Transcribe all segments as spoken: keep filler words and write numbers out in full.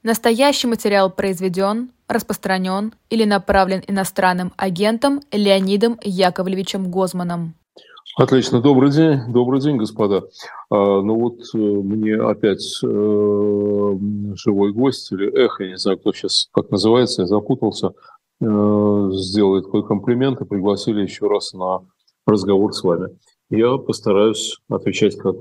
Настоящий материал произведен, распространен или направлен иностранным агентом Леонидом Яковлевичем Гозманом. Отлично. Добрый день. Добрый день, господа. А, ну вот э, мне опять э, живой гость или эхо, я не знаю, кто сейчас, как называется, я запутался, э, сделает такой комплимент и пригласили еще раз на разговор с вами. Я постараюсь отвечать как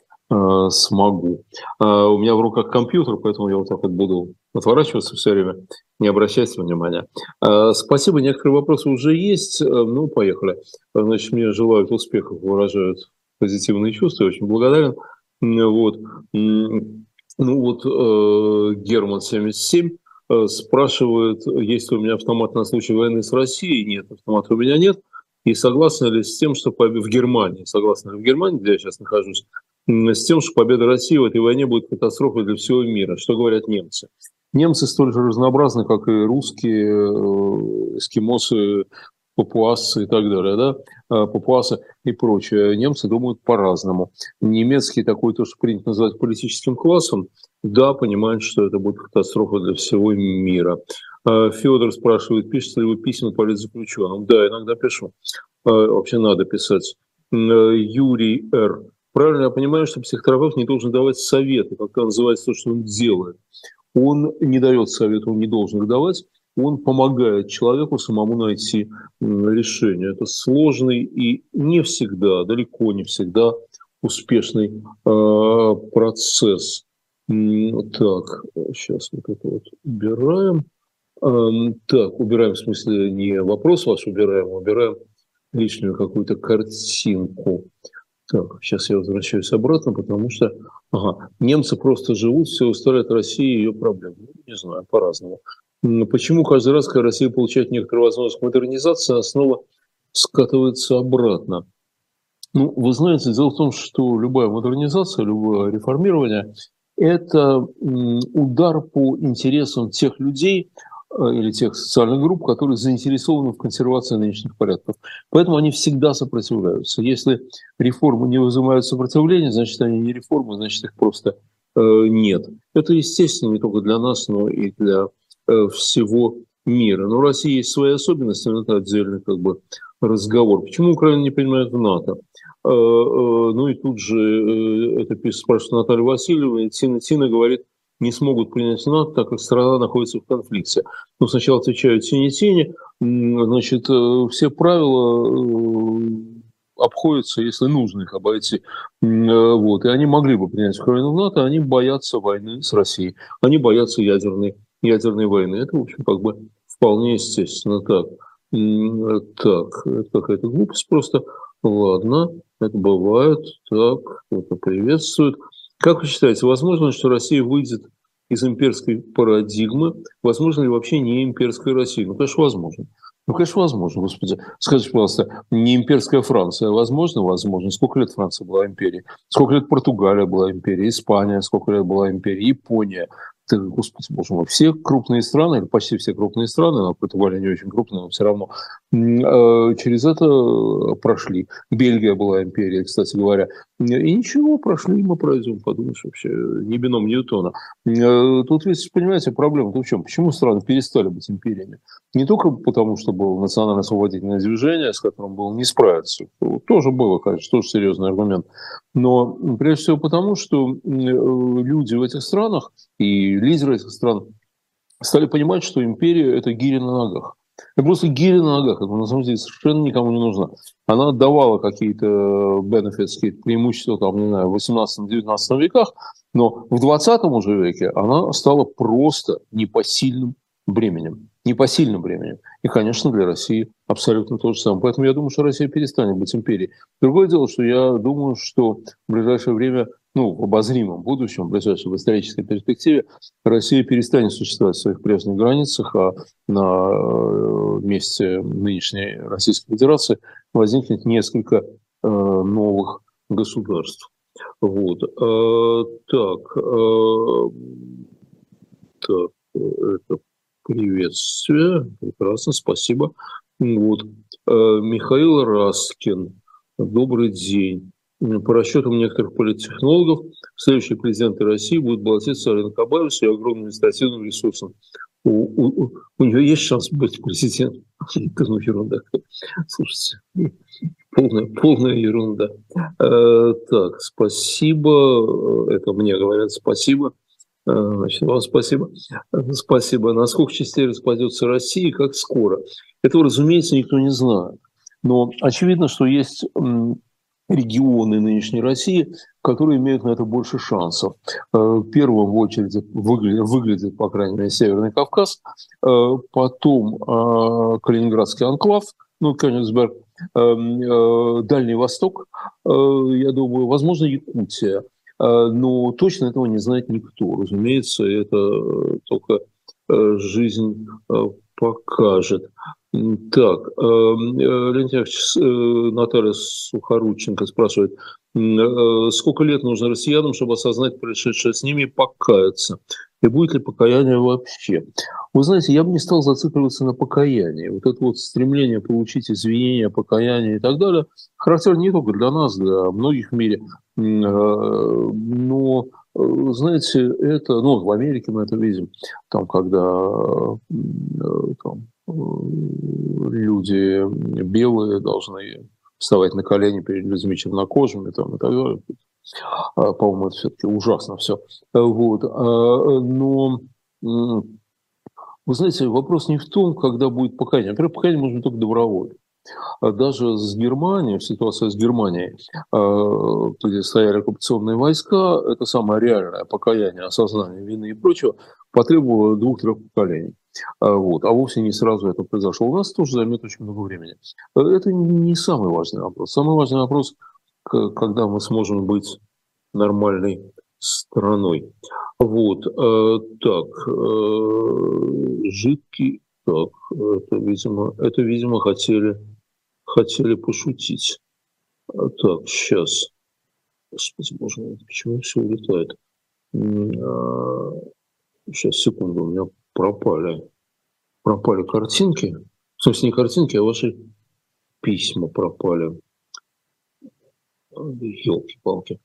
э, смогу. А, у меня в руках компьютер, поэтому я вот так вот буду отворачиваться все время. Не обращайте внимания. А, спасибо, некоторые вопросы уже есть. А, ну, поехали. Значит, мне желают успехов, выражают позитивные чувства. Я очень благодарен. М, Вот. М, Ну вот э, Герман семьдесят семь э, спрашивает, есть ли у меня автомат на случай войны с Россией. Нет, автомата у меня нет. И согласны ли с тем, что побе- в Германии, согласны ли в Германии, где я сейчас нахожусь, м, с тем, что победа России в этой войне будет катастрофой для всего мира? Что говорят немцы? Немцы столь же разнообразны, как и русские, э, эскимосы, папуасы и так далее, да, А, папуасы и прочее. Немцы думают по-разному. Немецкий такой, то, что принято называть политическим классом, да, понимают, что это будет катастрофа для всего мира. А, Федор спрашивает, пишете ли вы письма политзаключенным? Да, иногда пишу. А, Вообще надо писать. М, э, Юрий Р. Правильно я понимаю, что психотерапевт не должен давать советы, как называется то, что он делает. Он не дает совета, он не должен их давать, он помогает человеку самому найти м, решение. Это сложный и не всегда, далеко не всегда успешный э, процесс. М, Так, сейчас вот это вот убираем. Эм, Так, убираем, в смысле, не вопрос ваш убираем, а убираем лишнюю какую-то картинку. Так, сейчас я возвращаюсь обратно, потому что ага, немцы просто живут, все устраивает России и ее проблемы. Ну, не знаю, по-разному. М, Почему каждый раз, когда Россия получает некоторую возможность модернизации, она снова скатывается обратно? Ну, вы знаете, дело в том, что любая модернизация, любое реформирование – это м, удар по интересам тех людей э, или тех социальных групп, которые заинтересованы в консервации нынешних порядков. Поэтому они всегда сопротивляются. Если реформы не вызывают сопротивления, значит, они не реформы, значит, их просто э, нет. Это естественно не только для нас, но и для э, всего мира. Но у России есть свои особенности, но это отдельный как бы разговор. Почему Украина не принимает в НАТО? Э, э, Ну и тут же э, это пишет, спрашивает Наталья Васильева, и Тина, Тина говорит, не смогут принять в НАТО, так как страна находится в конфликте. Ну, сначала отвечают Тине Тине, значит, э, все правила э, обходятся, если нужно их обойти. М, э, Вот. И они могли бы принять Украину в НАТО, они боятся войны с Россией, они боятся ядерной, ядерной войны. Это, в общем, как бы вполне естественно так. М, э, Так, это какая-то глупость просто. Ладно, это бывает. Так, это приветствует. Как вы считаете, возможно, что Россия выйдет из имперской парадигмы? Возможно ли вообще не имперская Россия? Ну, конечно, возможно. Ну, конечно, возможно, господи. Скажите, пожалуйста, не имперская Франция? Возможно? Возможно. Сколько лет Франция была империей? Сколько лет Португалия была империей? Испания сколько лет была империей? Япония? Да, господи, боже мой, все крупные страны, или почти все крупные страны, но Португалия не очень крупная, но все равно, э, через это прошли. Бельгия была империей, кстати говоря. И ничего, прошли, мы пройдем, подумаешь, вообще, не бином Ньютона. Э, Тут, ведь, понимаете, проблема-то в чем? Почему страны перестали быть империями? Не только потому, что было национально-освободительное движение, с которым было не справиться. Тоже было, конечно, тоже серьезный аргумент. Но прежде всего потому, что э, люди в этих странах и лидеры этих стран стали понимать, что империя – это гиря на ногах. Это просто гиря на ногах, это на самом деле совершенно никому не нужна. Она давала какие-то бенефиты, какие-то преимущества, там, не знаю, в восемнадцатом-девятнадцатом веках, но в двадцатом уже веке она стала просто непосильным бременем. Непосильным бременем. И, конечно, для России абсолютно то же самое. Поэтому я думаю, что Россия перестанет быть империей. Другое дело, что я думаю, что в ближайшее время, ну, в обозримом будущем, в ближайшей в исторической перспективе, Россия перестанет существовать в своих прежних границах, а на э, месте нынешней Российской Федерации возникнет несколько э, новых государств. Вот. Э, так, э, так, это приветствие. Прекрасно, спасибо. Вот. Э, Михаил Раскин. Добрый день. По расчетам некоторых политтехнологов, следующие президенты России будут баллотироваться Алена Кабаева с ее огромным административным ресурсом. У, у, у нее есть шанс быть президентом? Это ну ерунда. Слушайте, полная, полная ерунда. Э, так, спасибо. Это мне говорят спасибо. Э, значит, вам спасибо. Спасибо. На сколько частей распадется Россия и как скоро? Этого, разумеется, никто не знает. Но очевидно, что есть регионы нынешней России, которые имеют на это больше шансов. Первым в очереди выглядит, выглядит по крайней мере, Северный Кавказ, потом Калининградский анклав, ну, Кёнигсберг, Дальний Восток, я думаю, возможно, Якутия. Но точно этого не знает никто. Разумеется, это только жизнь покажет. Так, Леонид Ильич, Наталья Сухорученко спрашивает, сколько лет нужно россиянам, чтобы осознать происшедшее с ними и покаяться? И будет ли покаяние вообще? Вы знаете, я бы не стал зацикливаться на покаянии. Вот это вот стремление получить извинения, покаяние и так далее характерно не только для нас, для многих в мире. Но, знаете, это, ну, в Америке мы это видим, там, когда там, люди белые должны вставать на колени перед людьми чернокожими там, и так далее. По-моему, это все-таки ужасно все. Вот. Но, вы знаете, вопрос не в том, когда будет покаяние. Во-первых, покаяние может быть только добровольно. Даже с Германией, в ситуации с Германией, где стояли оккупационные войска, это самое реальное покаяние, осознание вины и прочего, потребовало двух-трех поколений. Вот. А вовсе не сразу это произошло. У нас тоже займет очень много времени. Это не самый важный вопрос. Самый важный вопрос, когда мы сможем быть нормальной страной. Вот. Так. Жидкий. Так. Это, видимо, это, видимо, хотели, хотели пошутить. Так, сейчас. Господи, боже мой, почему все улетает? Сейчас, секунду, у меня пропали, пропали картинки. В смысле, не картинки, а ваши письма пропали. Елки-палки.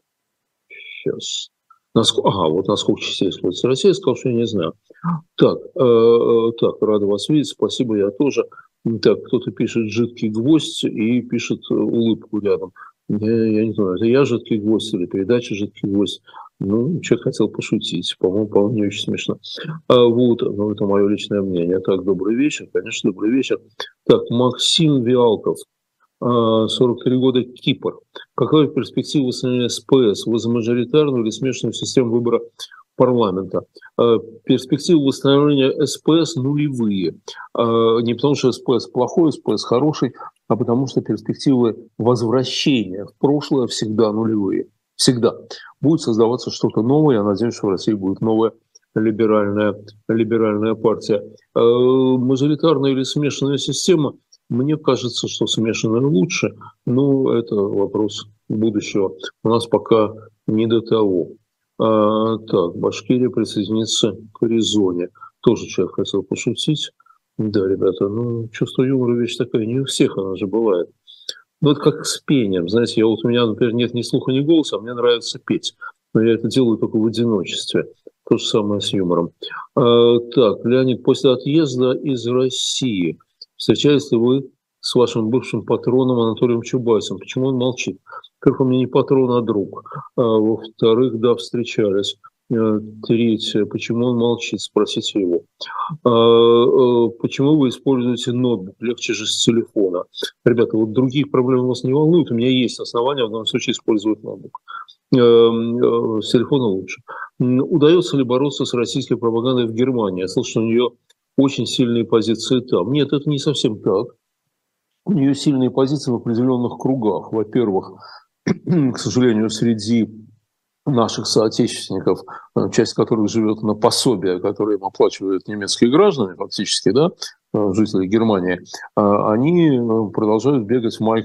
Сейчас. Насколько, ага, вот на сколько частей используется Россия, я сказал, что я не знаю. Так, э, так, рада вас видеть, спасибо, я тоже. Так, кто-то пишет «жидкий гвоздь» и пишет улыбку рядом. Я, я не знаю, это я «жидкий гвоздь» или передача «жидкий гвоздь». Ну, человек хотел пошутить, по-моему, по-моему, не очень смешно. А, вот, ну, это мое личное мнение. Так, добрый вечер, конечно, добрый вечер. Так, Максим Виалков, сорок три года, Кипр. Какая перспектива восстановления СПС? Вы за мажоритарную или смешанную систему выбора парламента? Перспективы восстановления СПС нулевые. Не потому что СПС плохой, СПС хороший, а потому что перспективы возвращения в прошлое всегда нулевые. Всегда. Будет создаваться что-то новое. Я надеюсь, что в России будет новая либеральная, либеральная партия. Мажоритарная или смешанная система? Мне кажется, что смешанная лучше, но это вопрос будущего. У нас пока не до того. А, так, Башкирия присоединится к Аризоне. Тоже человек хотел пошутить. Да, ребята, ну, чувство юмора вещь такая, не у всех она же бывает. Ну, это как с пением. Знаете, я вот у меня, например, нет ни слуха, ни голоса, а мне нравится петь. Но я это делаю только в одиночестве. То же самое с юмором. А, так, Леонид, после отъезда из России встречались ли вы с вашим бывшим патроном Анатолием Чубайсом? Почему он молчит? Во-первых, он мне не патрон, а друг. А, во-вторых, да, встречались. Третье, почему он молчит? Спросите его. А, почему вы используете ноутбук? Легче же с телефона. Ребята, вот других проблем вас не волнуют. У меня есть основания в данном случае использовать ноутбук. С телефона лучше. Удается ли бороться с российской пропагандой в Германии? Я слышал, что у нее очень сильные позиции там. Нет, это не совсем так. У нее сильные позиции в определенных кругах. Во-первых, к сожалению, среди наших соотечественников, часть которых живет на пособие, которые им оплачивают немецкие граждане, фактически, да, жители Германии, они продолжают бегать в майках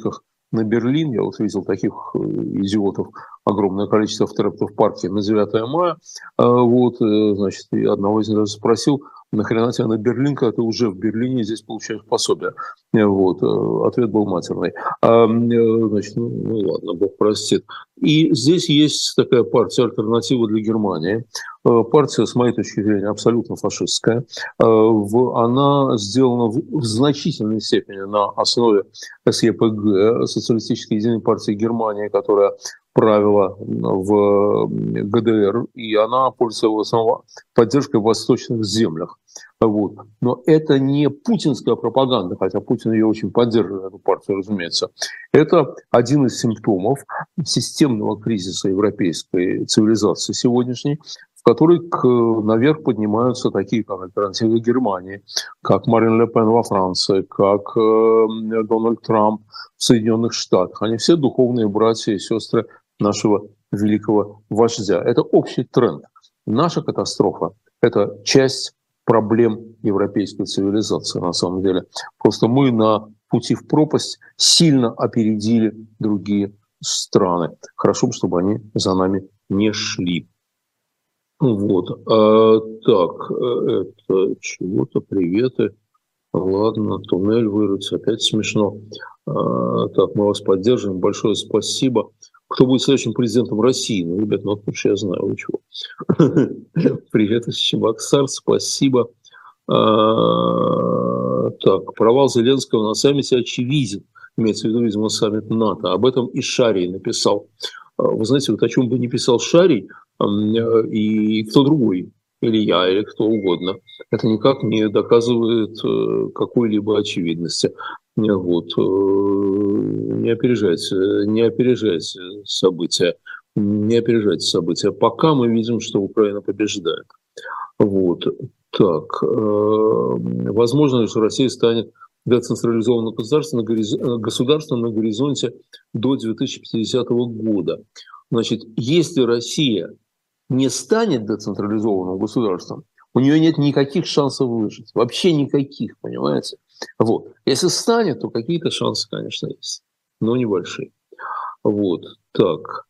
на Берлин. Я вот видел таких идиотов огромное количество в Трептов-парке на девятое мая. Вот, значит, и одного из них даже спросил: нахрена тебе на Берлин, когда ты уже в Берлине, здесь получаешь пособие? Вот. Ответ был матерный. А, значит, ну, ну ладно, Бог простит. И здесь есть такая партия «Альтернатива для Германии». Партия, с моей точки зрения, абсолютно фашистская. Она сделана в значительной степени на основе эс е пэ гэ, Социалистической единой партии Германии, которая правила в гэ дэ эр, и она пользуется в основном поддержкой в восточных землях. Вот. Но это не путинская пропаганда, хотя Путин ее очень поддерживает, эту партию, разумеется. Это один из симптомов системного кризиса европейской цивилизации сегодняшней, в которой наверх поднимаются такие, как «Альтернатива Германии», как Марин Ле Пен во Франции, как Дональд Трамп в Соединенных Штатах. Они все духовные братья и сестры нашего великого вождя. Это общий тренд. Наша катастрофа – это часть проблем европейской цивилизации, на самом деле. Просто мы на пути в пропасть сильно опередили другие страны. Хорошо бы, чтобы они за нами не шли. Вот. А, так, это чего-то, приветы. Ладно, туннель вырыться, опять смешно. А, так, мы вас поддерживаем, большое спасибо. Кто будет следующим президентом России? Ну, ребят, ну, потому что я знаю, вы чего. Привет из Чебоксар, спасибо. А, так, провал Зеленского на саммите очевиден. Имеется в виду, видимо, саммит НАТО. Об этом и Шарий написал. Вы знаете, вот о чем бы не писал Шарий, и кто другой, или я, или кто угодно, это никак не доказывает какой-либо очевидности. Вот. Не опережайте, не опережайте события, не опережайте события. Пока мы видим, что Украина побеждает. Вот. Так, возможно ли, что Россия станет децентрализованным государством на, гориз... государством на горизонте до две тысячи пятидесятого года? Значит, если Россия не станет децентрализованным государством, у нее нет никаких шансов выжить. Вообще никаких, понимаете? Вот. Если станет, то какие-то шансы, конечно, есть, но небольшие. Вот. Так.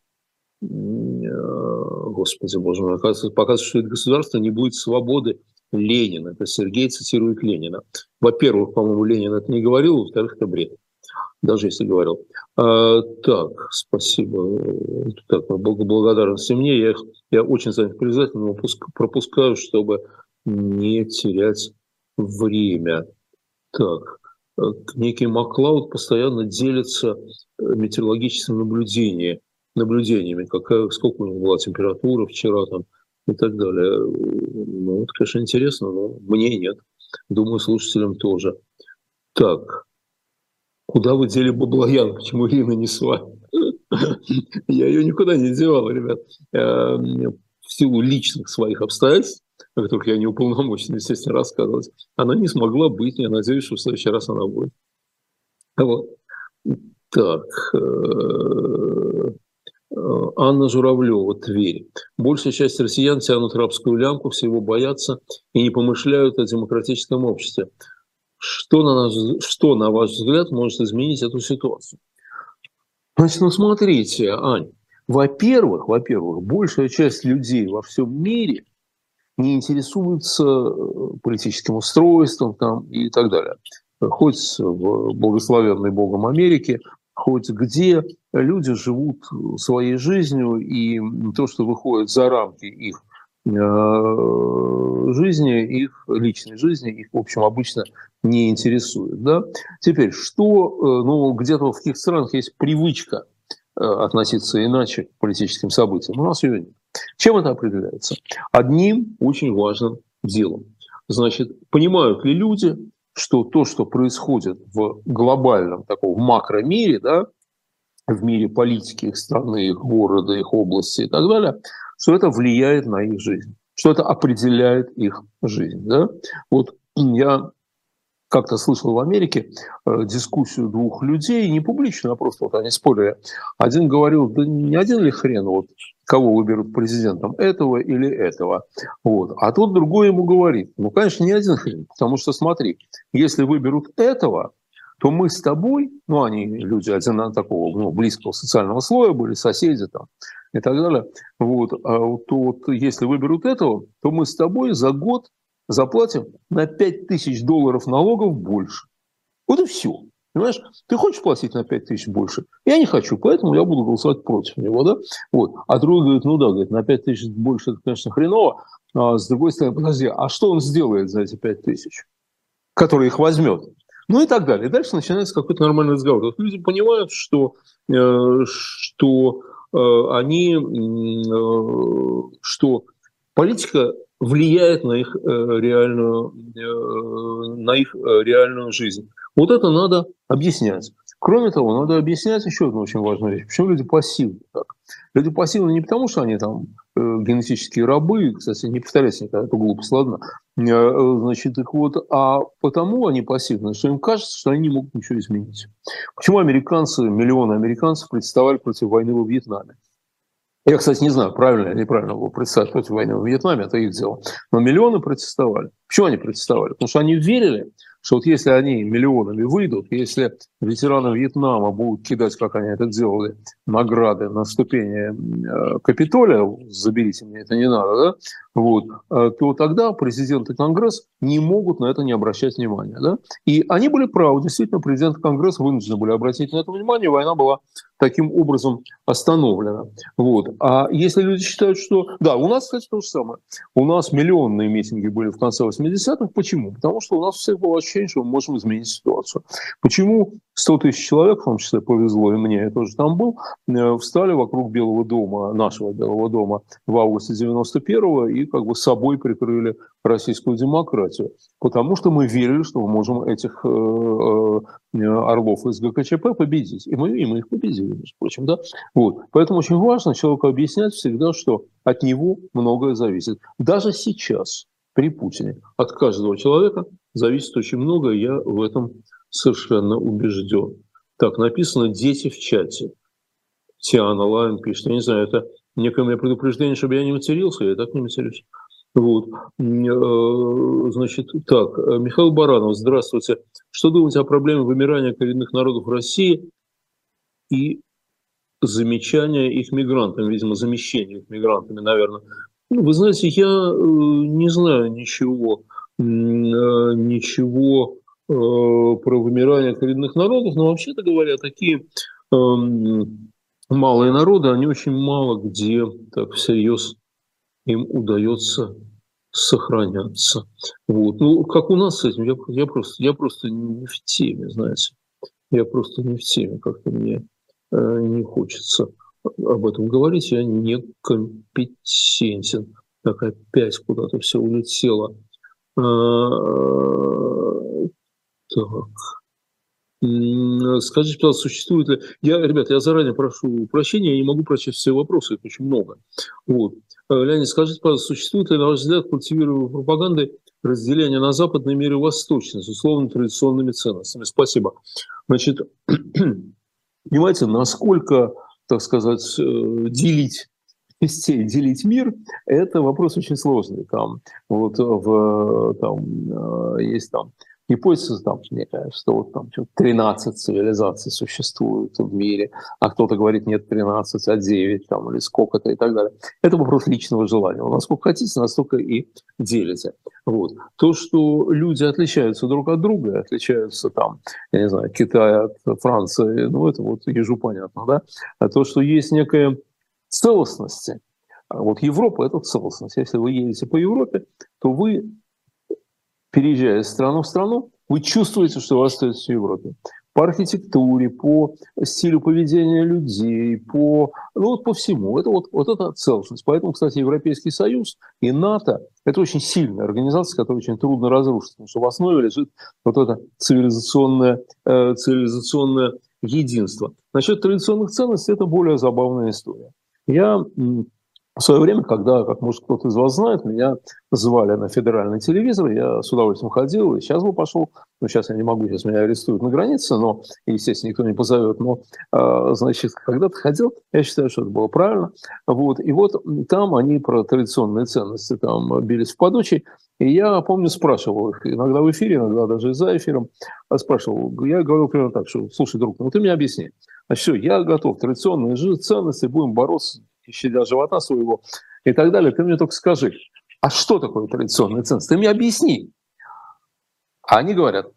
Господи, боже мой. Оказывается, показывает, что это государство не будет свободы Ленина. Это Сергей цитирует Ленина. Во-первых, по-моему, Ленин это не говорил, во-вторых, это бред. Даже если говорил. А, так, спасибо. Так, благодарности мне. Я, я очень за них признателен, но пропускаю, чтобы не терять время. Так, некий Маклауд постоянно делится метеорологическими наблюдениями, наблюдениями, какая, сколько у него была температура вчера там и так далее. Ну, это, конечно, интересно, но мне нет. Думаю, слушателям тоже. Так, куда вы дели Баблоян? Почему Ирина не с вами? Я ее никуда не девал, ребят. В силу личных своих обстоятельств, о которых я не уполномочен, естественно, рассказывать, она не смогла быть. Я надеюсь, что в следующий раз она будет. Вот. Так. Анна Журавлева, Тверь. Большая часть россиян тянут рабскую лямку, всего боятся и не помышляют о демократическом обществе. Что, на наш, что, на ваш взгляд, может изменить эту ситуацию? Значит, ну смотрите, Ань, во-первых, во-первых, большая часть людей во всем мире не интересуются политическим устройством там, и так далее. Хоть в благословенной Богом Америке, хоть где люди живут своей жизнью, и то, что выходит за рамки их жизни, их личной жизни, их, в общем, обычно не интересует. Да? Теперь, что, ну, где-то в каких странах есть привычка относиться иначе к политическим событиям, у нас ее нет. Чем это определяется? Одним очень важным делом. Значит, понимают ли люди, что то, что происходит в глобальном таком макромире, да, в мире политики их страны, их города, их области и так далее, что это влияет на их жизнь, что это определяет их жизнь. Да? Вот я как-то слышал в Америке э, дискуссию двух людей, не публичную, а просто вот они спорили. Один говорил, да не один ли хрен, вот, кого выберут президентом, этого или этого. Вот. А тот другой ему говорит, ну, конечно, не один хрен, потому что, смотри, если выберут этого, то мы с тобой, ну, они люди один такого, ну, близкого социального слоя были, соседи там и так далее, вот, а то вот если выберут этого, то мы с тобой за год заплатим на пять тысяч долларов налогов больше. Вот и все. Понимаешь, ты хочешь платить на пять тысяч больше? Я не хочу, поэтому я буду голосовать против него, да? Вот. А другой говорит, ну да, говорит, на пять тысяч больше, это, конечно, хреново. А с другой стороны, подожди, а что он сделает за эти пять тысяч, который их возьмет? Ну и так далее. И дальше начинается какой-то нормальный разговор. Вот люди понимают, что, э, что э, они, э, что политика влияет на их, э, реальную, э, на их э, реальную жизнь. Вот это надо объяснять. Кроме того, надо объяснять еще одну очень важную вещь. Почему люди пассивны так? Люди пассивны не потому, что они там э, генетические рабы, кстати, не повторяйте никогда, это глупость, ладно? Э, значит, так вот, а потому они пассивны, что им кажется, что они не могут ничего изменить. Почему американцы, миллионы американцев протестовали против войны во Вьетнаме? Я, кстати, не знаю, правильно или неправильно было протестовать против войны во Вьетнаме, это их дело. Но миллионы протестовали. Почему они протестовали? Потому что они верили, что вот если они миллионами выйдут, если ветераны Вьетнама будут кидать, как они это делали, награды на ступени Капитолия, заберите мне это не надо, да? Вот, то тогда президент и Конгресс не могут на это не обращать внимания. Да? И они были правы, действительно, президент и Конгресс вынуждены были обратить на это внимание, война была таким образом остановлена. Вот. А если люди считают, что... Да, у нас, кстати, то же самое. У нас миллионные митинги были в конце восьмидесятых. Почему? Потому что у нас у всех было ощущение, что мы можем изменить ситуацию. Почему сто тысяч человек, в том числе повезло и мне, я тоже там был, встали вокруг Белого дома, нашего Белого дома в августе девяносто первого и как бы собой прикрыли российскую демократию. Потому что мы верили, что мы можем этих э, э, орлов из ГКЧП победить. И мы, и мы их победили, между прочим. Да? Вот. Поэтому очень важно человеку объяснять всегда, что от него многое зависит. Даже сейчас, при Путине, от каждого человека зависит очень многое. Я в этом совершенно убежден. Так, написано «Дети в чате». Тиана Лайн пишет. Я не знаю, это некое мне предупреждение, чтобы я не матерился, я и так не матерюсь. Вот. Значит, так, Михаил Баранов, здравствуйте. Что думаете о проблеме вымирания коренных народов России и замечания их мигрантами, видимо, замещения их мигрантами, наверное? Ну, вы знаете, я не знаю ничего, ничего про вымирание коренных народов, но вообще-то говоря, такие малые народы, они очень мало где так всерьез им удается сохраняться. Вот. Ну, как у нас с этим, я, я, просто, я просто не в теме, знаете. Я просто не в теме, как-то мне э, не хочется об этом говорить, я некомпетентен. Так, опять куда-то все улетело. А, так... Скажите, пожалуйста, существует ли... Я, ребята, я заранее прошу прощения, я не могу прочесть все вопросы, их очень много. Вот. Леонид, скажите, пожалуйста, существует ли, на ваш взгляд, культивируемой пропагандой разделение на западный мир и восточный с условно-традиционными ценностями? Спасибо. Значит, понимаете, насколько, так сказать, делить частей, делить мир, это вопрос очень сложный. Там, вот, в, там, есть там гипотеза, там, мне кажется, что вот там тринадцать цивилизаций существует в мире, а кто-то говорит, нет, тринадцать, а девять, там, или сколько-то и так далее. Это вопрос личного желания. Насколько хотите, настолько и делите. Вот. То, что люди отличаются друг от друга, отличаются там, я не знаю, Китай от Франции, ну, это вот ежу понятно, да? А то, что есть некая целостность. Вот Европа – это целостность. Если вы едете по Европе, то вы, переезжая из страны в страну, вы чувствуете, что вы остаетесь в Европе. По архитектуре, по стилю поведения людей, по, ну, вот по всему. Это вот, вот это целостность. Поэтому, кстати, Европейский Союз и НАТО – это очень сильная организация, которую очень трудно разрушить, потому что в основе лежит вот это цивилизационное, э, цивилизационное единство. Насчет традиционных ценностей – это более забавная история. Я в свое время, когда, как может кто-то из вас знает, меня звали на федеральный телевизор, я с удовольствием ходил, и сейчас бы пошел, ну, сейчас я не могу, сейчас меня арестуют на границе, но, естественно, никто не позовет, но, значит, когда-то ходил, я считаю, что это было правильно, вот, и вот там они про традиционные ценности там бились в подучий, И я, помню, спрашивал их, иногда в эфире, иногда даже за эфиром, спрашивал, я говорил примерно так, что, слушай, друг, ну ты мне объясни, а все, я готов, традиционные ценности, будем бороться, щадя живота своего и так далее, ты мне только скажи, а что такое традиционные ценности? Ты мне объясни. А они говорят,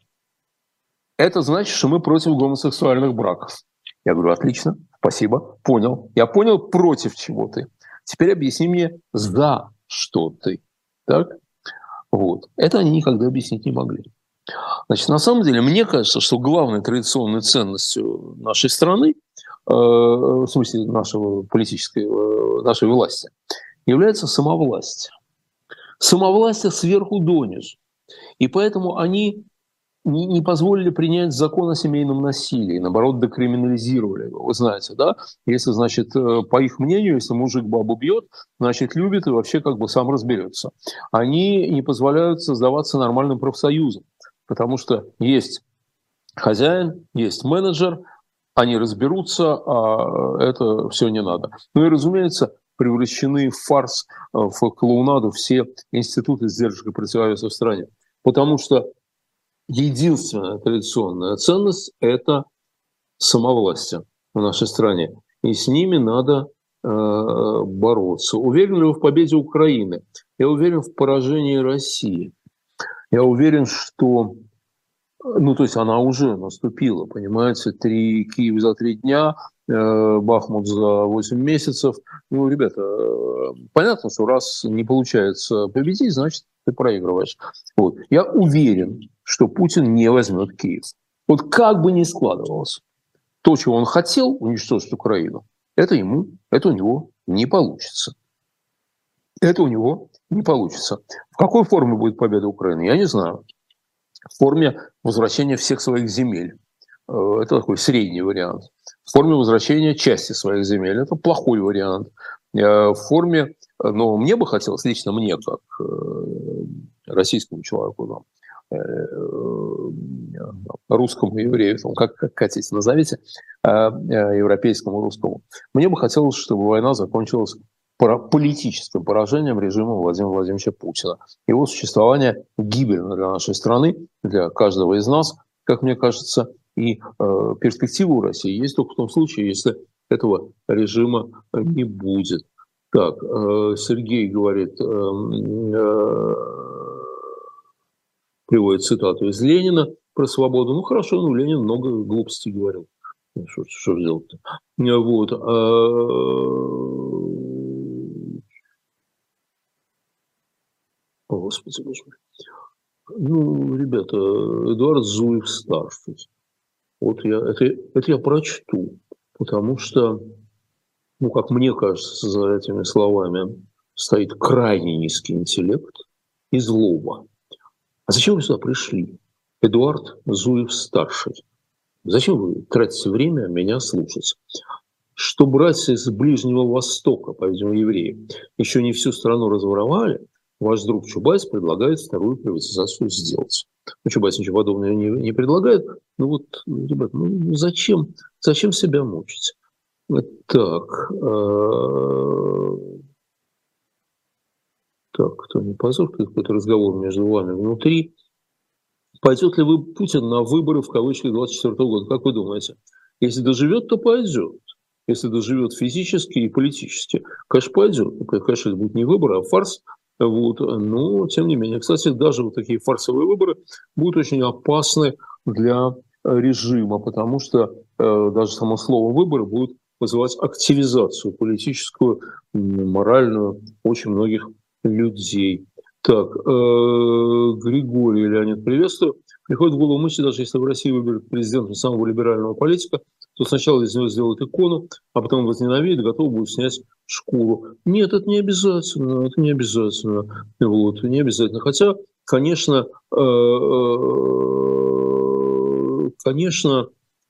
это значит, что мы против гомосексуальных браков. Я говорю, отлично, спасибо, понял. Я понял, против чего ты. Теперь объясни мне, за что ты. Так? Вот. Это они никогда объяснить не могли. Значит, на самом деле, мне кажется, что главной традиционной ценностью нашей страны, э, в смысле нашего политической, э, нашей власти, является самовластие. Самовластие сверху донизу. И поэтому они не, не позволили принять закон о семейном насилии, наоборот, декриминализировали его. Вы знаете, да? Если, значит, по их мнению, если мужик бабу бьет, значит, любит и вообще как бы сам разберется. Они не позволяют создаваться нормальным профсоюзом, потому что есть хозяин, есть менеджер, они разберутся, а это все не надо. Ну и, разумеется, превращены в фарс, в клоунаду все институты сдержек и противовесов в стране. Потому что единственная традиционная ценность – это самовластие в нашей стране. И с ними надо э, бороться. Уверен ли вы в победе Украины? Я уверен в поражении России. Я уверен, что... Ну, то есть она уже наступила, понимаете, три, Киев за три дня, э, Бахмут за восемь месяцев. Ну, ребята, э, понятно, что раз не получается победить, значит, ты проигрываешь. Вот. Я уверен, что Путин не возьмет Киев. Вот как бы ни складывалось, то, чего он хотел, уничтожить Украину, это ему, это у него не получится. Это у него не получится. В какой форме будет победа Украины, я не знаю. В форме возвращения всех своих земель. Это такой средний вариант. В форме возвращения части своих земель. Это плохой вариант. В форме, но мне бы хотелось, лично мне, как российскому человеку, русскому еврею, как, как хотите назовите, европейскому русскому, мне бы хотелось, чтобы война закончилась политическим поражением режима Владимира Владимировича Путина. Его существование гибельно для нашей страны, для каждого из нас, как мне кажется, и э, перспектива у России есть только в том случае, если этого режима не будет. Так, э, Сергей говорит, э, э, приводит цитату из Ленина про свободу. Ну хорошо, ну Ленин много глупостей говорил. Что, что делать-то? Вот. Э, Господи, боже мой. Ну, ребята, Эдуард Зуев-старший. Вот я, это, это я прочту, потому что, ну, как мне кажется, за этими словами стоит крайне низкий интеллект и злоба. А зачем вы сюда пришли? Эдуард Зуев-старший. Зачем вы тратите время меня слушать? Что братья из Ближнего Востока, по-видимому, евреи, еще не всю страну разворовали, ваш друг Чубайс предлагает вторую приватизацию сделать. Ну, Чубайс ничего подобного не, не предлагает. Ну вот, ребят, ну зачем, зачем себя мучить? Так, э, так, кто не позор, какой-то разговор между вами внутри. Пойдет ли вы Путин на выборы в кавычках двадцать четвёртого года? Как вы думаете? Если доживет, то пойдет. Если доживет физически и политически, конечно, пойдет. Конечно, это будет не выборы, а фарс. Вот. Но, тем не менее, кстати, даже вот такие фарсовые выборы будут очень опасны для режима, потому что э, даже само слово «выборы» будет вызывать активизацию политическую, моральную очень многих людей. Так, э, Григорий Леонид, приветствую. Приходит в голову мысль, даже если в России выберут президента самого либерального политика, то сначала из него сделают икону, а потом возненавидят, готовы будут снять шкуру. Нет, это не обязательно, это не обязательно. Вот, не обязательно. Хотя, конечно, конечно,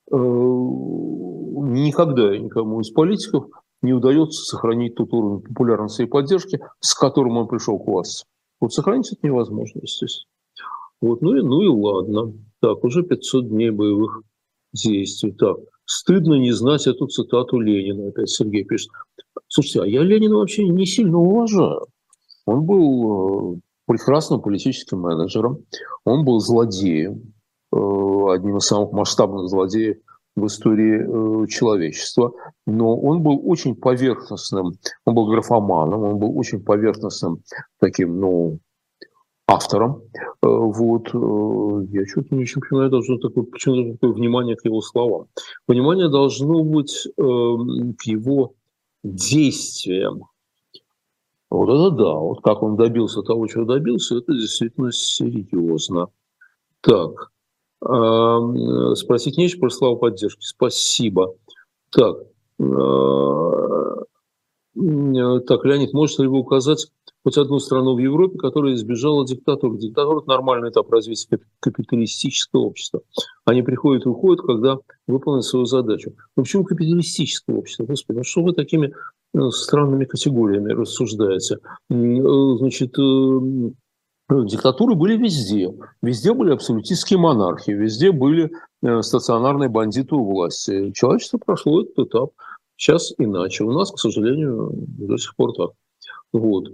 никогда никому из политиков не удается сохранить тот уровень популярности и поддержки, с которым он пришел к власти. Вот сохранить это невозможно, естественно. Вот, ну и, ну и ладно. Так, уже пятьсот дней боевых действий. Так, стыдно не знать эту цитату Ленина, опять Сергей пишет. Слушайте, а я Ленина вообще не сильно уважаю. Он был прекрасным политическим менеджером, он был злодеем, одним из самых масштабных злодеев в истории человечества, но он был очень поверхностным, он был графоманом, он был очень поверхностным таким, ну, автором. Вот. Я что-то не очень понимаю, должно такое, почему такое внимание к его словам. Внимание должно быть э, к его действиям. Вот это да, вот как он добился того, чего добился, это действительно серьезно. Так, э, спросить нечего про слова поддержки. Спасибо. Так, э, так, Леонид, можете ли вы указать хоть одну страну в Европе, которая избежала диктатуры? Диктатура – это нормальный этап развития капиталистического общества. Они приходят и уходят, когда выполнят свою задачу. Но почему капиталистическое общество? Господи, ну что вы такими странными категориями рассуждаете? Значит, диктатуры были везде. Везде были абсолютистские монархии, везде были стационарные бандиты у власти. Человечество прошло этот этап. Сейчас иначе. У нас, к сожалению, до сих пор так. Вот.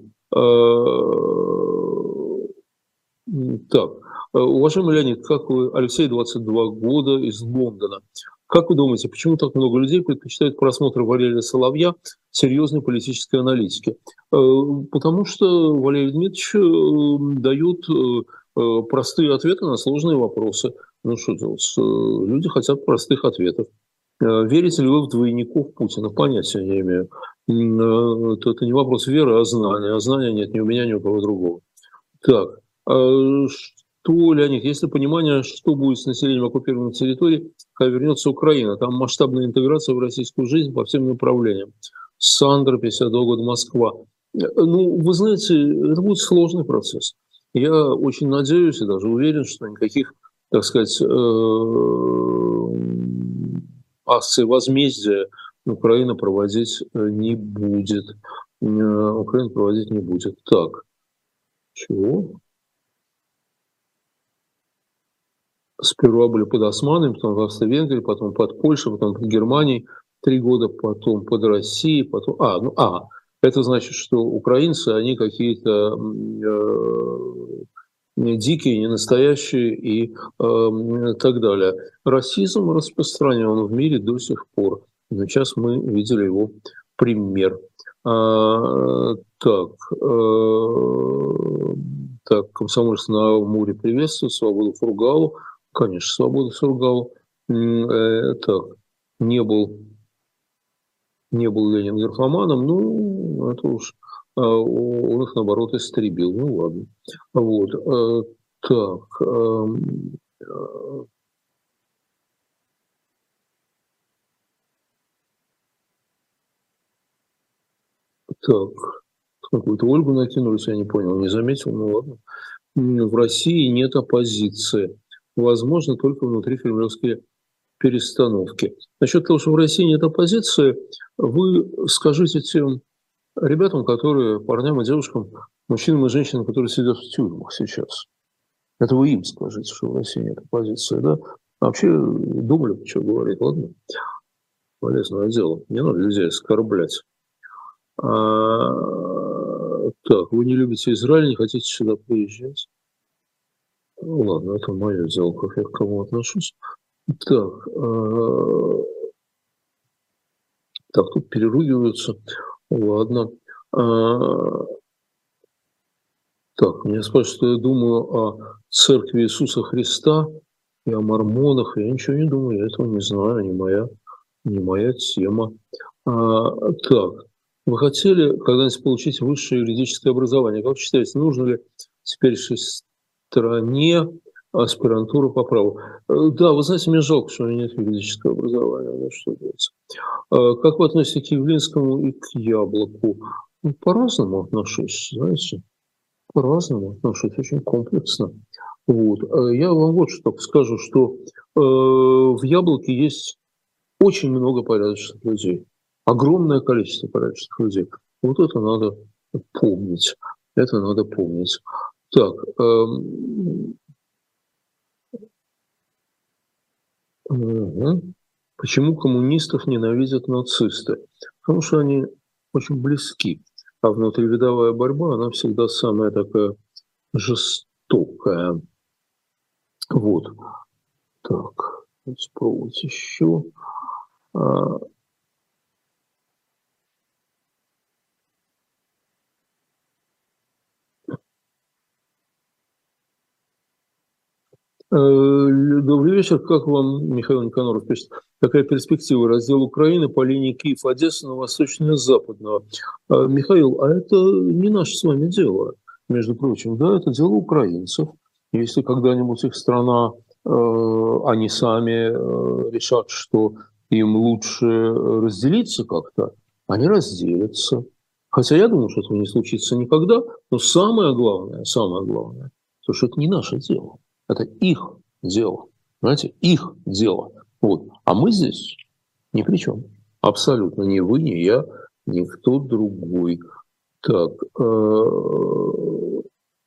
Так, уважаемый Леонид, как вы, Алексей, двадцать два года, из Лондона. Как вы думаете, почему так много людей предпочитают просмотр Валерия Соловья серьезной политической аналитики? Потому что Валерий Дмитриевич дает простые ответы на сложные вопросы. Ну что делать? Люди хотят простых ответов. Верите ли вы в двойников Путина? Понятия не имею. Это, это не вопрос веры, а знания. А знания нет ни у меня, ни у кого другого. Так, что, Леонид, есть ли понимание, что будет с населением оккупированной территории, когда вернется Украина? Там масштабная интеграция в российскую жизнь по всем направлениям. Сандра, пятьдесят два года, Москва. Ну, вы знаете, это будет сложный процесс. Я очень надеюсь и даже уверен, что никаких, так сказать, акции возмездия Украина проводить не будет. Украина проводить не будет. Так. Чего? Сперва были под Османами, потом в Австро-Венгрии, потом под Польшей, потом под Германией три года, потом под Россией, потом... А, ну, а, это значит, что украинцы, они какие-то э, дикие, ненастоящие и э, так далее. Расизм распространен в мире до сих пор. Но сейчас мы видели его пример. А, так, э, так, комсомольцы на Амуре приветствуют, свободу Фургалу. Конечно, свобода Фургалу. Э, так, не был, не был Ленин графоманом, ну, это уж э, он их, наоборот, истребил. Ну, ладно. Вот, э, так, э, э, так, какую-то Ольгу накинулись, я не понял, не заметил, ну ладно. В России нет оппозиции. Возможно, только внутри кремлевские перестановки. Насчет того, что в России нет оппозиции, вы скажите тем ребятам, которые, парням и девушкам, мужчинам и женщинам, которые сидят в тюрьмах сейчас. Это вы им скажите, что в России нет оппозиции, да? А вообще думали, что говорить, ладно? Полезное дело. Не надо людей оскорблять. А, так, вы не любите Израиль, не хотите сюда приезжать? Ну ладно, это мое дело, как я к кому отношусь. Так, а, так, тут переругиваются. Ладно. А, так, меня спрашивают, что я думаю о церкви Иисуса Христа и о мормонах. Я ничего не думаю, я этого не знаю, не моя, не моя тема. А, так, вы хотели когда-нибудь получить высшее юридическое образование? Как считаете, нужно ли теперь стране аспирантура по праву? Да, вы знаете, мне жалко, что у меня нет юридического образования. Ну, что делать? Как вы относитесь к Явлинскому и к Яблоку? Ну, по-разному отношусь, знаете. По-разному отношусь, очень комплексно. Вот. Я вам вот что скажу, что э, в Яблоке есть очень много порядочных людей. Огромное количество порядочных людей. Вот это надо помнить. Это надо помнить. Так. Эм... Угу. Почему коммунистов ненавидят нацисты? Потому что они очень близки. А внутривидовая борьба, она всегда самая такая жестокая. Вот. Так, спробовать еще. А, Добрый вечер. Как вам, Михаил Никоноров пишет, какая перспектива раздела Украины по линии Киев-Одесса на восточное западного? Михаил, а это не наше с вами дело, между прочим. Да, это дело украинцев. Если когда-нибудь их страна, э, они сами э, решат, что им лучше разделиться как-то, они разделятся. Хотя я думаю, что этого не случится никогда. Но самое главное, самое главное, то, что это не наше дело. Это их дело. Понимаете? Их дело. Вот. А мы здесь ни при чем. Абсолютно. Ни вы, ни я, ни кто другой. Так. Э-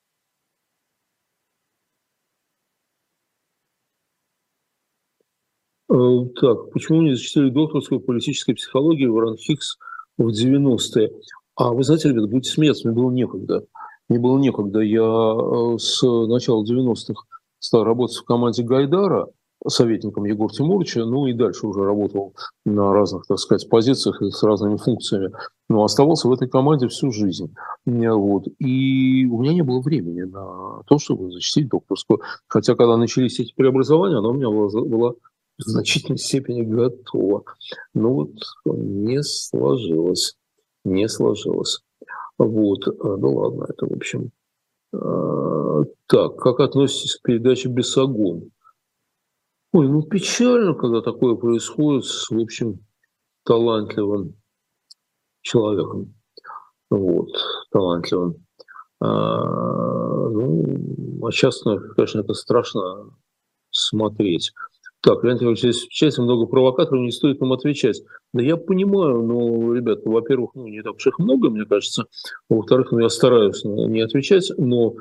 э- так. Почему не зачитали докторскую политической психологии Варан Хикс в девяностые? А вы знаете, ребята, будете смеяться, мне было некогда. Мне было некогда. Я с начала девяностых стал работать в команде Гайдара, советником Егора Тимуровича, ну и дальше уже работал на разных, так сказать, позициях и с разными функциями. Но оставался в этой команде всю жизнь. Вот. И у меня не было времени на то, чтобы защитить докторскую. Хотя, когда начались эти преобразования, она у меня была, была в значительной степени готова. Но вот не сложилось. Не сложилось. Вот. Ну ладно, это, в общем... Так, как относитесь к передаче «Бесогон»? Ой, ну печально, когда такое происходит с, в общем, талантливым человеком. Вот, талантливым. А, ну, а сейчас, конечно, это страшно смотреть. Так, Леонид Иванович, здесь в чате много провокаторов, не стоит нам отвечать. Да я понимаю, но, ребята, во-первых, ну, не так уж их много, мне кажется. Во-вторых, ну, я стараюсь не отвечать, но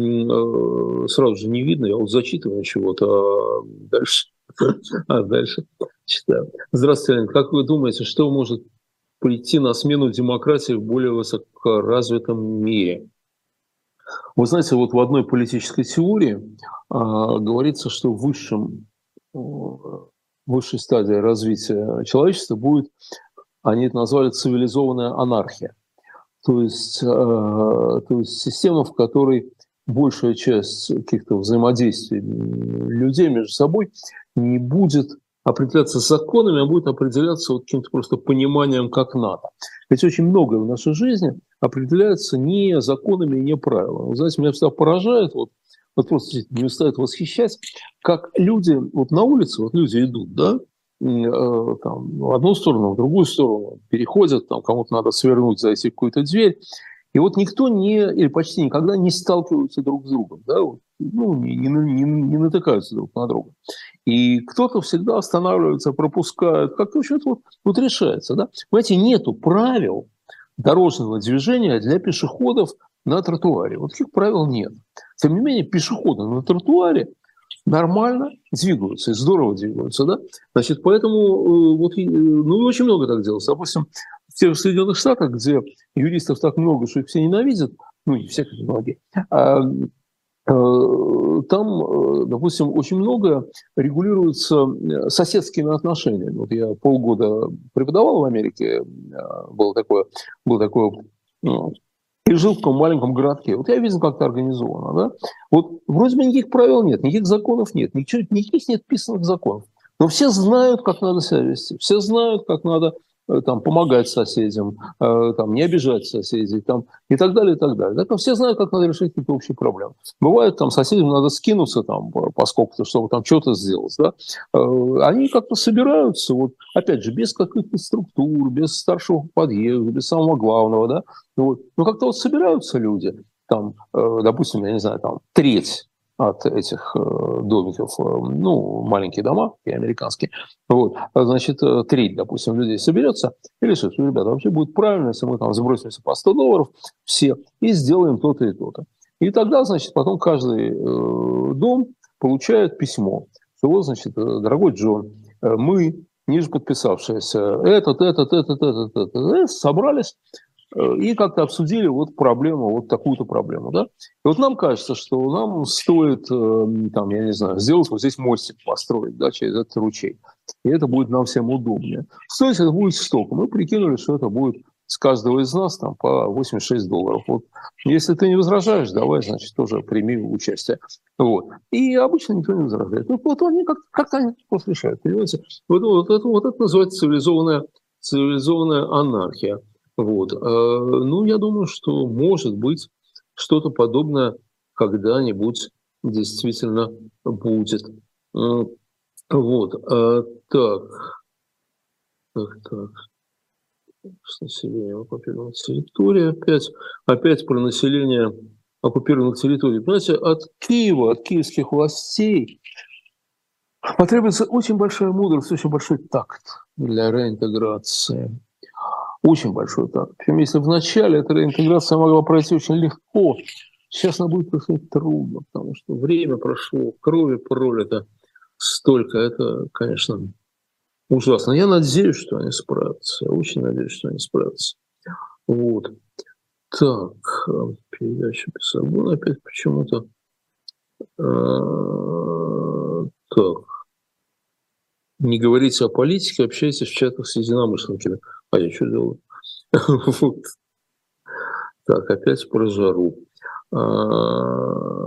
э, сразу же не видно, я вот зачитываю чего-то, а дальше, а дальше читаю. Здравствуйте, Леонид. Как вы думаете, что может прийти на смену демократии в более высокоразвитом мире? Вы знаете, вот в одной политической теории а, говорится, что высшим высшей стадией развития человечества будет, они это назвали, цивилизованная анархия. То есть, э, то есть система, в которой большая часть каких-то взаимодействий людей между собой не будет определяться законами, а будет определяться вот каким-то просто пониманием, как надо. Ведь очень многое в нашей жизни определяется не законами и не правилами. Вы знаете, меня всегда поражает, вот, вот просто не устает восхищать, как люди вот на улице, вот люди идут, да, э, там, в одну сторону, в другую сторону, переходят, там кому-то надо свернуть, зайти в какую-то дверь, и вот никто не, или почти никогда не сталкиваются друг с другом, да, вот, ну, не, не, не, не натыкаются друг на друга. И кто-то всегда останавливается, пропускает, как-то что-то вот, вот решается, да. Понимаете, нету правил дорожного движения для пешеходов на тротуаре. Вот таких правил нет. Тем не менее, пешеходы на тротуаре нормально двигаются, и здорово двигаются, да? Значит, поэтому вот, ну, очень много так делается. Допустим, в тех же Соединенных Штатах, где юристов так много, что их все ненавидят, ну, не все, как многие, а, там, допустим, очень много регулируется соседскими отношениями. Вот я полгода преподавал в Америке, было такое, было такое, ну, и жил в том маленьком городке. Вот я видел, как это организовано. Да? Вот вроде бы никаких правил нет, никаких законов нет, ничего, никаких нет писанных законов. Но все знают, как надо себя вести, все знают, как надо там, помогать соседям, э, там, не обижать соседей там, и так далее, и так далее. Так, все знают, как надо решить какие-то общие проблемы. Бывает, там, соседям надо скинуться, там, поскольку-то, чтобы там что-то сделать. Да? Э, они как-то собираются, вот, опять же, без каких-то структур, без старшего подъезда, без самого главного. Да? Вот. Но как-то вот собираются люди, там, э, допустим, я не знаю, там, треть от этих э, домиков, э, ну, маленькие дома, и американские, вот, значит, треть, допустим, людей соберется и решит, что, ребята, вообще будет правильно, если мы там сбросимся по сто долларов все и сделаем то-то и то-то. И тогда, значит, потом каждый э, дом получает письмо, что вот, значит, дорогой Джон, мы, ниже подписавшиеся, этот, этот, этот, этот, этот, этот собрались, и как-то обсудили вот проблему, вот такую-то проблему, да. И вот нам кажется, что нам стоит, там, я не знаю, сделать вот здесь мостик построить, да, через этот ручей, и это будет нам всем удобнее. Стоить это будет столько. Мы прикинули, что это будет с каждого из нас там по восемьдесят шесть долларов. Вот. Если ты не возражаешь, давай, значит, тоже прими участие. Вот. И обычно никто не возражает. Ну, вот они как- как-то они просто решают, понимаете? Вот, вот, это, вот это называется цивилизованная, цивилизованная анархия. Вот. А, ну, я думаю, что, может быть, что-то подобное когда-нибудь действительно будет. М, Вот. А, так, так, так. С населением оккупированных территорий. Опять, опять про население оккупированных территорий. Понимаете, от Киева, от киевских властей потребуется очень большая мудрость, очень большой такт для реинтеграции. Очень большой такт. Причем если вначале эта реинтеграция могла пройти очень легко, сейчас она будет проходить трудно, потому что время прошло, крови пролито столько. Это, конечно, ужасно. Я надеюсь, что они справятся. Я очень надеюсь, что они справятся. Вот. Так, э, передача Бессогон опять почему-то. А, Так, не говорите о политике, общайтесь в чатах с единомышленниками. А я что делаю? Вот. Так, опять про жару. А,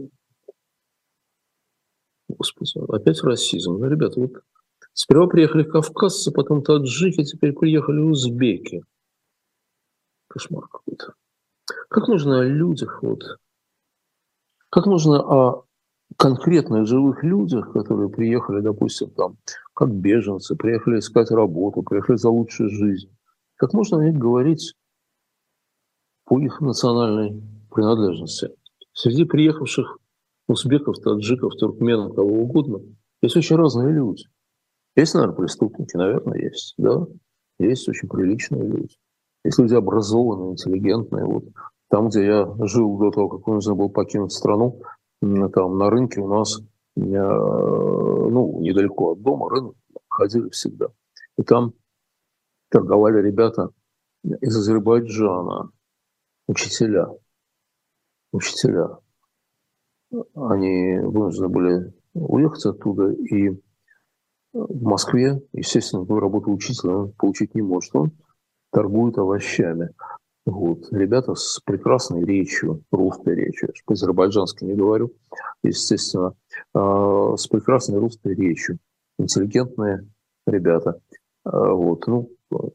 Господи, опять расизм. Ну, ребята, вот сперва приехали кавказцы, потом таджики, теперь приехали узбеки. Кошмар какой-то. Как можно о людях, вот, как можно о конкретных живых людях, которые приехали, допустим, там, как беженцы, приехали искать работу, приехали за лучшую жизнь, как можно о них говорить по их национальной принадлежности? Среди приехавших узбеков, таджиков, туркменов, кого угодно, есть очень разные люди. Есть, наверное, преступники, наверное, есть, да. Есть очень приличные люди. Есть люди образованные, интеллигентные. Вот там, где я жил до того, как нужно было покинуть страну, там на рынке у нас, ну, недалеко от дома, рынок, ходили всегда. И там торговали ребята из Азербайджана, учителя. Учителя. Они вынуждены были уехать оттуда, и в Москве, естественно, работу учителя он получить не может. Он торгует овощами. Вот. Ребята с прекрасной речью, русской речью, я по-азербайджански не говорю, естественно, э, с прекрасной русской речью. Интеллигентные ребята. Э, вот. Ну,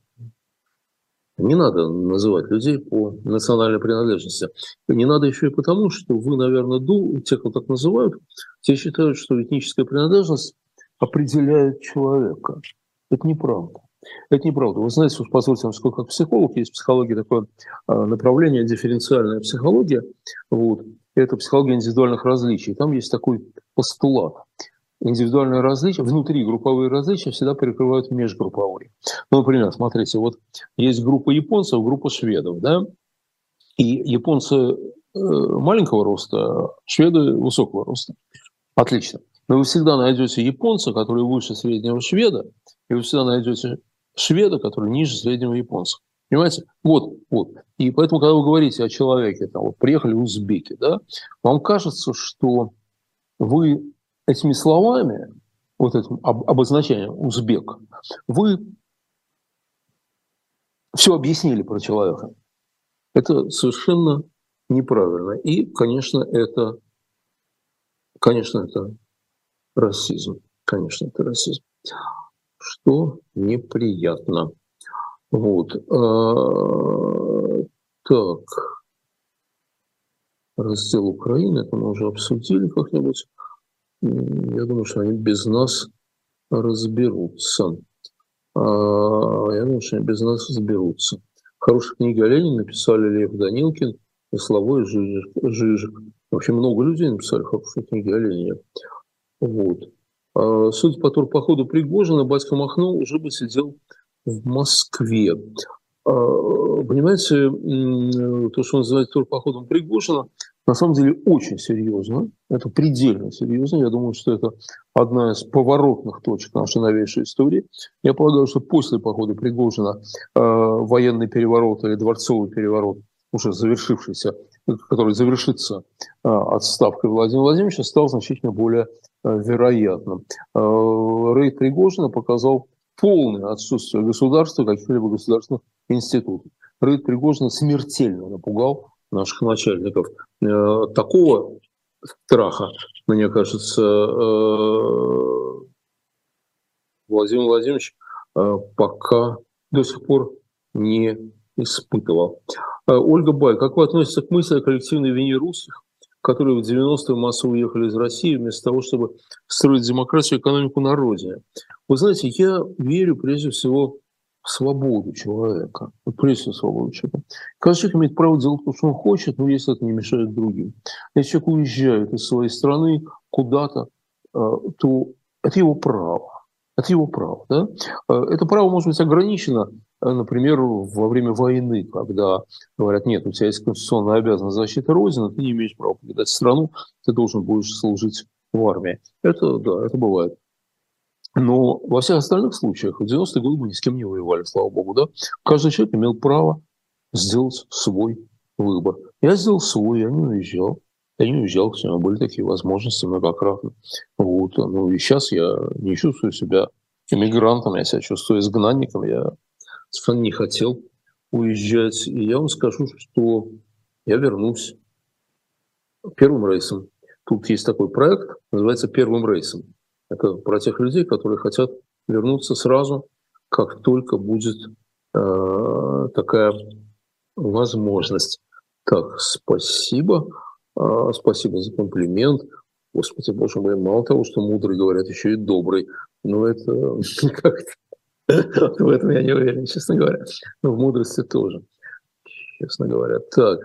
не надо называть людей по национальной принадлежности. Не надо еще и потому, что вы, наверное, ду, те, кто так называют, те считают, что этническая принадлежность определяет человека. Это неправда. Это неправда. Вы знаете, уж позвольте вам, сколько как психолог, есть в психологии такое направление, дифференциальная психология. Вот. Это психология индивидуальных различий. Там есть такой постулат. Индивидуальные различия, внутри групповые различия всегда перекрывают межгрупповые. Ну, например, смотрите, вот есть группа японцев, группа шведов, да, и японцы маленького роста, шведы высокого роста. Отлично. Но вы всегда найдете японца, который выше среднего шведа, и вы всегда найдете шведа, который ниже среднего японца. Понимаете? Вот, вот. И поэтому, когда вы говорите о человеке, там, вот приехали узбеки, да, вам кажется, что вы этими словами, вот этим обозначением узбек, вы все объяснили про человека. Это совершенно неправильно. И, конечно, это, конечно, это расизм. Конечно, это расизм. Что неприятно. Вот. А, так. Раздел Украины, это мы уже обсудили как-нибудь. Я думаю, что они без нас разберутся. А, я думаю, что они без нас разберутся. Хорошие книги о Ленине написали Лев Данилкин и Славой Жижик. Жижик. Вообще много людей написали хорошие книги о Ленине. Вот. А, судя по турпоходу Пригожина, батька Махно уже бы сидел в Москве. А, понимаете, то, что называется турпоходом Пригожина, на самом деле очень серьезно, это предельно серьезно. Я думаю, что это одна из поворотных точек нашей новейшей истории. Я полагаю, что после похода Пригожина э, военный переворот или дворцовый переворот, уже завершившийся, который завершится э, отставкой Владимира Владимировича, стал значительно более э, вероятным. Э, рейд Пригожина показал полное отсутствие государства, каких-либо государственных институтов. Рейд Пригожина смертельно напугал наших начальников. Э, такого страха, мне кажется, э, Владимир Владимирович э, пока до сих пор не испытывал. Э, Ольга Бай, как вы относитесь к мысли о коллективной вине русских, которые в девяностые массово уехали из России вместо того, чтобы строить демократию и экономику на родине? Вы знаете, я верю прежде всего в свободу человека. Вот прежде всего свободу человека. Каждый человек имеет право делать то, что он хочет, но если это не мешает другим. Если человек уезжает из своей страны куда-то, то это его право. Это его право. Да? Это право может быть ограничено, например, во время войны, когда говорят, нет, у тебя есть конституционная обязанность защиты Родины, ты не имеешь права покидать страну, ты должен будешь служить в армии. Это, да, это бывает. Но во всех остальных случаях в девяностые годы мы ни с кем не воевали, слава богу. Да? Каждый человек имел право сделать свой выбор. Я сделал свой, я не уезжал. Я не уезжал, у меня были такие возможности многократно. Вот. Ну и сейчас я не чувствую себя эмигрантом, я себя чувствую изгнанником. Я совершенно не хотел уезжать. И я вам скажу, что я вернусь первым рейсом. Тут есть такой проект, называется «Первым рейсом». Это про тех людей, которые хотят вернуться сразу, как только будет э, такая возможность. Так, спасибо. Э, спасибо за комплимент. Господи, боже мой, мало того, что мудрый, говорят, еще и добрый. Но это как-то... В этом я не уверен, честно говоря. Но в мудрости тоже, честно говоря. Так,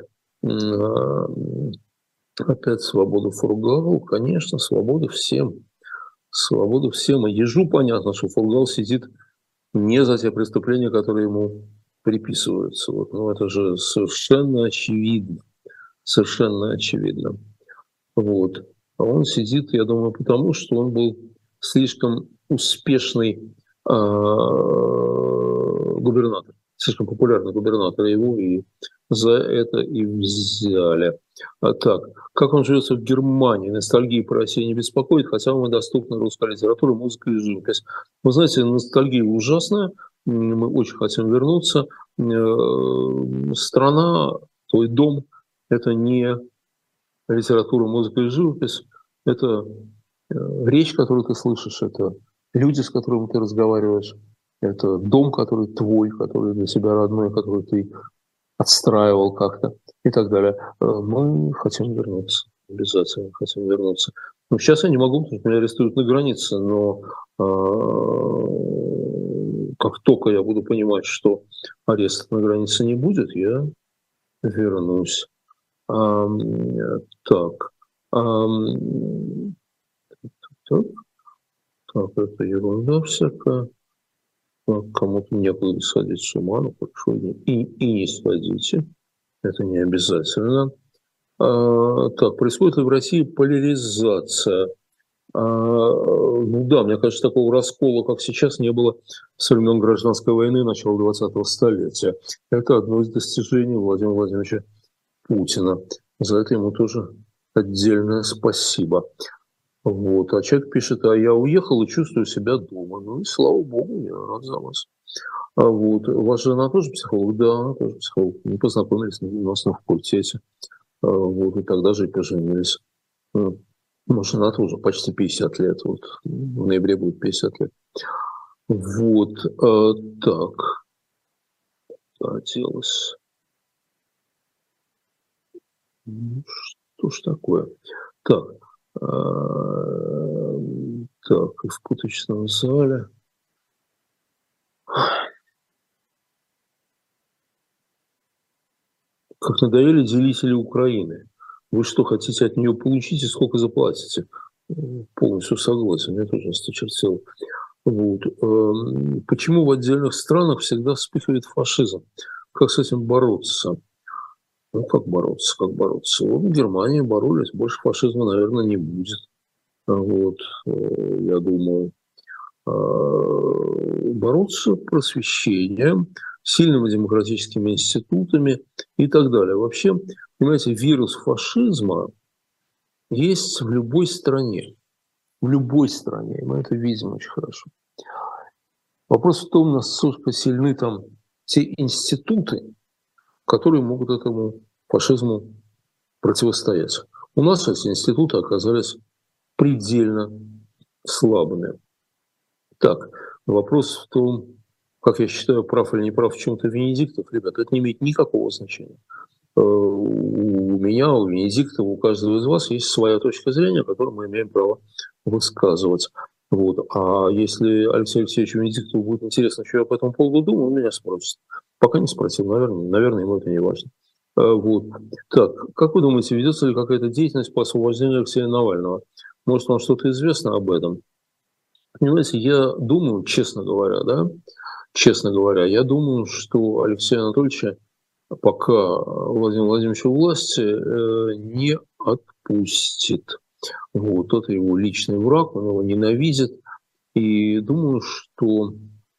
опять свободу Фургалу. Конечно, свобода всем. Свободу всем. И ежу понятно, что Фургал сидит не за те преступления, которые ему приписываются. Вот. Ну, это же совершенно очевидно. Совершенно очевидно. Вот. А он сидит, я думаю, потому что он был слишком успешный э, губернатор, слишком популярный губернатор, его и за это и взяли. А так, как он живется в Германии? Ностальгия по России не беспокоит, хотя вам и доступна русская литература, музыка и живопись. Вы знаете, ностальгия ужасная, мы очень хотим вернуться. Страна, твой дом – это не литература, музыка и живопись, это речь, которую ты слышишь, это люди, с которыми ты разговариваешь, это дом, который твой, который для тебя родной, который ты отстраивал как-то и так далее. Мы хотим вернуться, обязательно хотим вернуться. Но сейчас я не могу, потому что меня арестуют на границе, но э, как только я буду понимать, что ареста на границе не будет, я вернусь. А, так. А, так. Так, это ерунда всякая. Кому-то некуда сходить с ума, ну хорошо, и, и не сходите. Это не обязательно. А, так, происходит ли в России поляризация? А, ну да, мне кажется, такого раскола, как сейчас, не было со времен гражданской войны начала двадцатого столетия. Это одно из достижений Владимира Владимировича Путина. За это ему тоже отдельное спасибо. Вот. А человек пишет, а я уехал и чувствую себя дома. Ну и слава богу, я рад за вас. А вот. Ваша жена тоже психолог? Да, она тоже психолог. Мы познакомились у нас на факультете. А вот. И тогда же и поженились. Ну, жена тоже почти пятьдесят лет. Вот. В ноябре будет пятьдесят лет. Вот. А, так. Оделось. Ну, что ж такое? Так. Так, в путочном зале. Как надоели делители Украины. Вы что, хотите от нее получить и сколько заплатите? Полностью согласен, мне тоже осточертело. Вот. Почему в отдельных странах всегда вспыхивает фашизм? Как с этим бороться? Ну, как бороться, как бороться? Вот в Германии боролись, больше фашизма, наверное, не будет. Вот, э, я думаю. Э, бороться просвещением, сильными демократическими институтами и так далее. Вообще, понимаете, вирус фашизма есть в любой стране. В любой стране. И мы это видим очень хорошо. Вопрос в том, насколько сильны там те институты, которые могут этому фашизму противостоять. У нас эти институты оказались предельно слабыми. Так, вопрос в том, как я считаю, прав или не прав в чем-то Венедиктов. Ребята, это не имеет никакого значения. У меня, у Венедиктова, у каждого из вас есть своя точка зрения, которую мы имеем право высказывать. Вот. А если Алексею Алексеевичу Венедиктову будет интересно, что я по этому поводу думаю, он меня спросит. Пока не спросил, наверное, наверное, ему это не важно. Вот. Так, как вы думаете, ведется ли какая-то деятельность по освобождению Алексея Навального? Может, вам что-то известно об этом? Понимаете, я думаю, честно говоря, да, честно говоря, я думаю, что Алексея Анатольевича пока Владимир Владимирович у власти э, не отпустит. Вот, это его личный враг, он его ненавидит. И думаю, что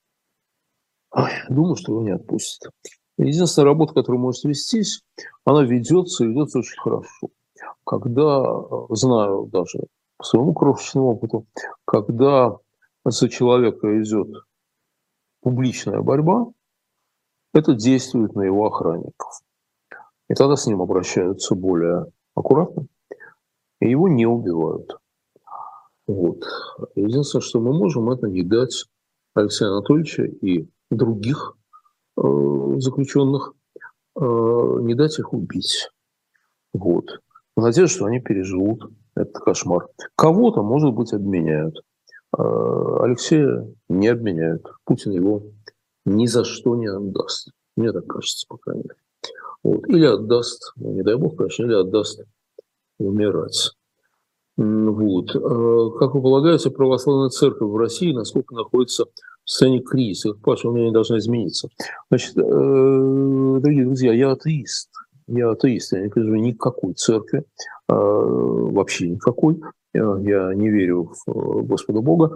ой, думаю, что его не отпустит. Единственная работа, которая может вестись, она ведется и ведется очень хорошо. Когда, знаю даже по своему крошечному опыту, когда за человека идет публичная борьба, это действует на его охранников. И тогда с ним обращаются более аккуратно, и его не убивают. Вот. Единственное, что мы можем, это не дать Алексея Анатольевича и других э, заключенных, э, не дать их убить. Вот. В надежде, что они переживут этот кошмар. Кого-то, может быть, обменяют. Алексея не обменяют. Путин его ни за что не отдаст. Мне так кажется, по крайней мере. Вот. Или отдаст, ну, не дай бог, конечно, или отдаст умирать. Вот. Как вы полагаете, православная церковь в России насколько находится в состоянии кризиса? Паша, у меня не должна измениться. Значит, дорогие друзья, я атеист. Я атеист, я не призываю никакой церкви, вообще никакой. Я не верю в Господа Бога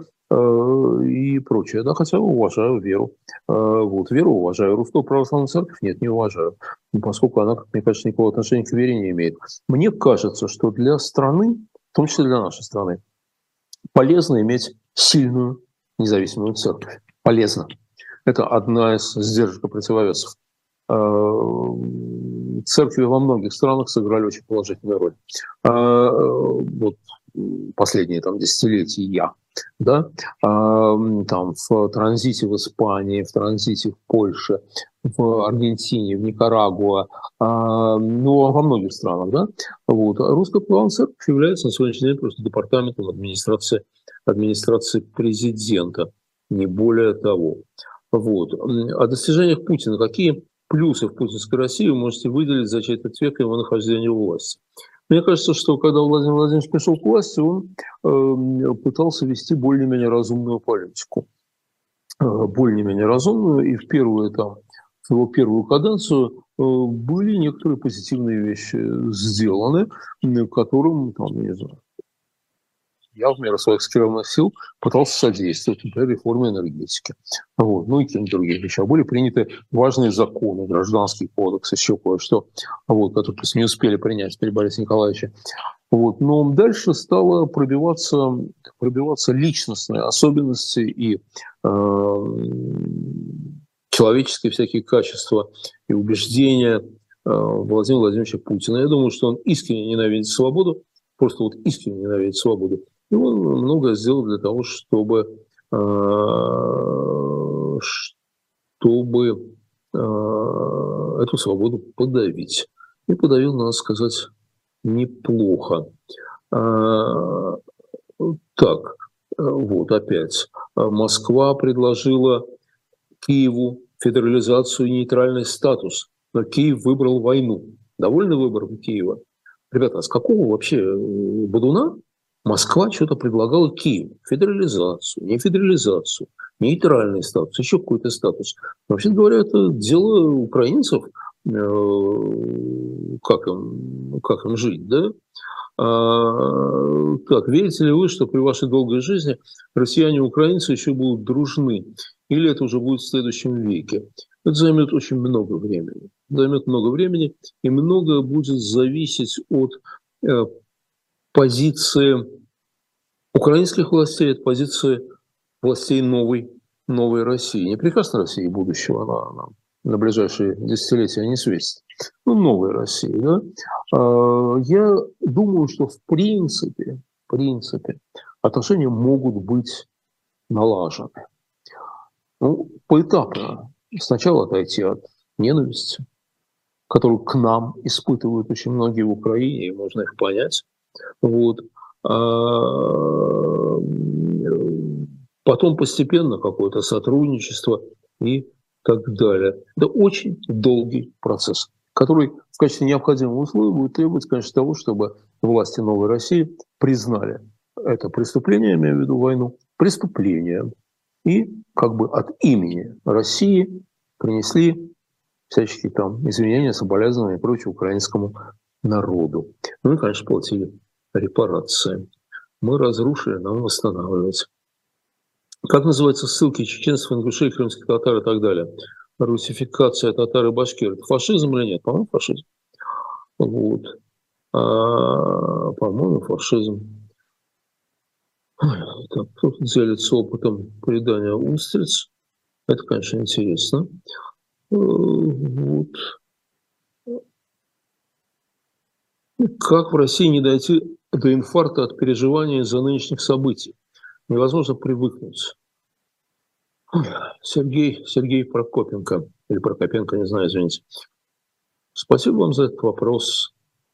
и прочее. Да, хотя уважаю веру. Вот, веру уважаю. Русскую православную церковь нет, не уважаю. Поскольку она, как мне кажется, никакого отношения к вере не имеет. Мне кажется, что для страны, в том числе для нашей страны, полезно иметь сильную независимую церковь. Полезно. Это одна из сдержек и противовесов. Церкви во многих странах сыграли очень положительную роль. Вот последние там десятилетия, да, там в транзите в Испании, в транзите в Польше, в Аргентине, в Никарагуа, ну, во многих странах, да, вот. Русская православная церковь является на сегодняшний день просто департаментом администрации, администрации президента, не более того. Вот. О достижениях Путина. Какие плюсы в путинской России вы можете выделить за четверть века его нахождения у власти? Мне кажется, что когда Владимир Владимирович пришел к власти, он э, пытался вести более-менее разумную политику. Э, более-менее разумную. И в первую, там, в его первую каденцию э, были некоторые позитивные вещи сделаны, которым, там, не знаю, я в меру своих скромных сил пытался содействовать, например, реформе энергетики. Вот. Ну и каким-то другим вещам. Были приняты важные законы, гражданский кодекс, еще кое-что, вот, которые не успели принять при Борисе Николаевиче. Вот. Но дальше стало пробиваться, пробиваться личностные особенности и э, человеческие всякие качества и убеждения э, Владимира Владимировича Путина. Я думаю, что он искренне ненавидит свободу, просто вот искренне ненавидит свободу. И он многое сделал для того, чтобы, чтобы эту свободу подавить. И подавил, надо сказать, неплохо. Так, вот опять. Москва предложила Киеву федерализацию и нейтральный статус, но Киев выбрал войну. Довольны выбором Киева? Ребята, а с какого вообще бодуна Москва что-то предлагала Киеву? Федерализацию, не федерализацию, нейтральный статус, еще какой-то статус. Вообще говоря, это дело украинцев. как им, как им жить, да? А, так, верите ли вы, что при вашей долгой жизни россияне и украинцы еще будут дружны? Или это уже будет в следующем веке? Это займет очень много времени. Займет много времени, и многое будет зависеть от э, позиции украинских властей, от позиции властей новой, новой России. Не прекрасной России будущего, она, она на ближайшие десятилетия не светит. Ну, новой России, да? Я думаю, что в принципе, в принципе отношения могут быть налажены. Ну, поэтапно. Сначала отойти от ненависти, которую к нам испытывают очень многие в Украине, и можно их понять. Вот. Потом постепенно какое-то сотрудничество и так далее. Это очень долгий процесс, который в качестве необходимого условия будет требовать, конечно, того, чтобы власти новой России признали это преступление, я имею в виду войну, преступлением, и как бы от имени России принесли всяческие там извинения, соболезнования и прочее украинскому народу. Ну и, конечно, платили репарации. Мы разрушили, нам восстанавливать. Как называются ссылки чеченцев, ингушей, крымских татар и так далее? Русификация татар и башкир. Это фашизм или нет? По-моему, фашизм. Вот. А, по-моему, фашизм. Так, кто делится опытом предания устриц. Это, конечно, интересно. Вот. Как в России не дойти до инфаркта от переживания из-за нынешних событий? Невозможно привыкнуть. Сергей, Сергей Прокопенко, или Прокопенко, не знаю, извините. Спасибо вам за этот вопрос.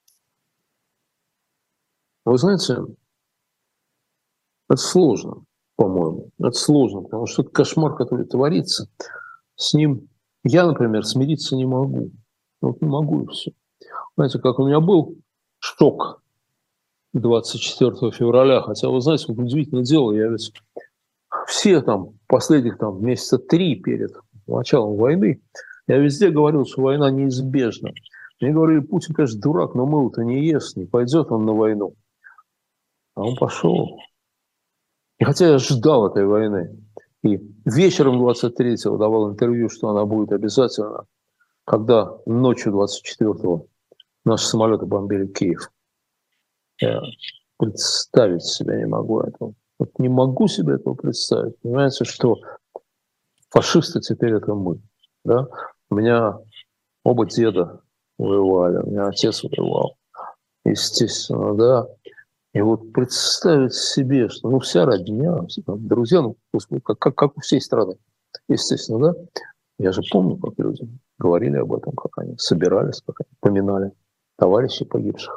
Вы знаете, это сложно, по-моему. Это сложно, потому что это кошмар, который творится. С ним я, например, смириться не могу. Вот не могу и все. Знаете, как у меня был шок двадцать четвёртого февраля, хотя, вы знаете, вот удивительное дело, я ведь все там последних там месяца три перед началом войны, я везде говорил, что война неизбежна. Мне говорили, Путин, конечно, дурак, но мыло-то не ест, не пойдет он на войну. А он пошел. И хотя я ждал этой войны, и вечером двадцать третьего давал интервью, что она будет обязательно, когда ночью двадцать четвёртого наши самолеты бомбили Киев. Я представить себе не могу этого. Вот не могу себе этого представить. Понимаете, что фашисты теперь это мы. Да? У меня оба деда воевали, у меня отец воевал. Естественно, да. И вот представить себе, что ну, вся родня, все, там, друзья, ну, как, как, как у всей страны, естественно, да. Я же помню, как люди говорили об этом, как они собирались, как они поминали товарищей погибших.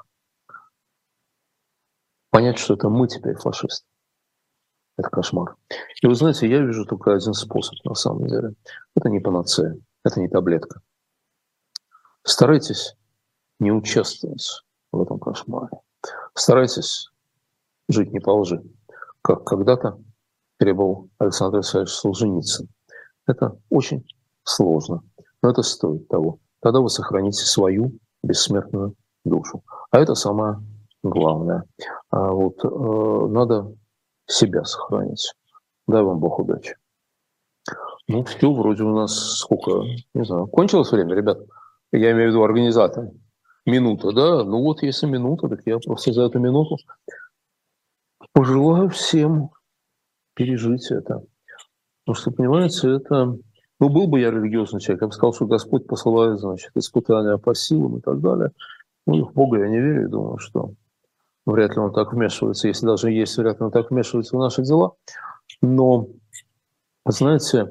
Понять, что это мы теперь фашисты. Это кошмар. И вы знаете, я вижу только один способ на самом деле. Это не панацея, это не таблетка. Старайтесь не участвовать в этом кошмаре. Старайтесь жить не по лжи, как когда-то требовал Александр Александрович Солженицын. Это очень сложно, но это стоит того. Тогда вы сохраните свою бессмертную душу. А это самое главное. А вот э, надо себя сохранить. Дай вам Бог удачи. Ну, все, вроде у нас сколько, не знаю, кончилось время, ребят? Я имею в виду организатор. Минута, да? Ну вот, если минута, так я просто за эту минуту пожелаю всем пережить это. Потому что, понимаете, это... Ну, был бы я религиозный человек, я бы сказал, что Господь посылает, значит, испытания по силам и так далее. Ну, в Бога я не верю, и думаю, что вряд ли он так вмешивается, если даже есть, вряд ли он так вмешивается в наши дела. Но, знаете,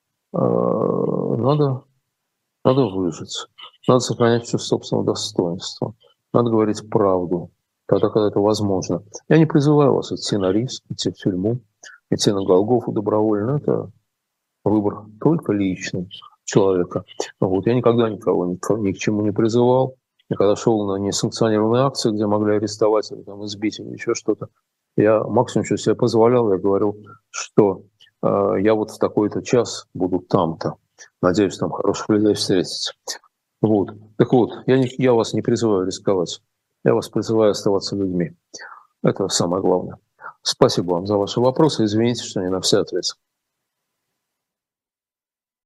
надо, надо выжить, надо сохранять чувство собственного достоинства, надо говорить правду, тогда, когда это возможно. Я не призываю вас идти на риск, идти в тюрьму, идти на Голгофу добровольно. Это выбор только личный человека. Вот. Я никогда никого ни, ни к чему не призывал. Я когда шел на несанкционированные акции, где могли арестовать или там, избить или еще что-то, я максимум, что себе позволял, я говорил, что э, я вот в такой-то час буду там-то. Надеюсь, там хороших людей встретить. Вот. Так вот, я, не, я вас не призываю рисковать. Я вас призываю оставаться людьми. Это самое главное. Спасибо вам за ваши вопросы. Извините, что не на все ответил.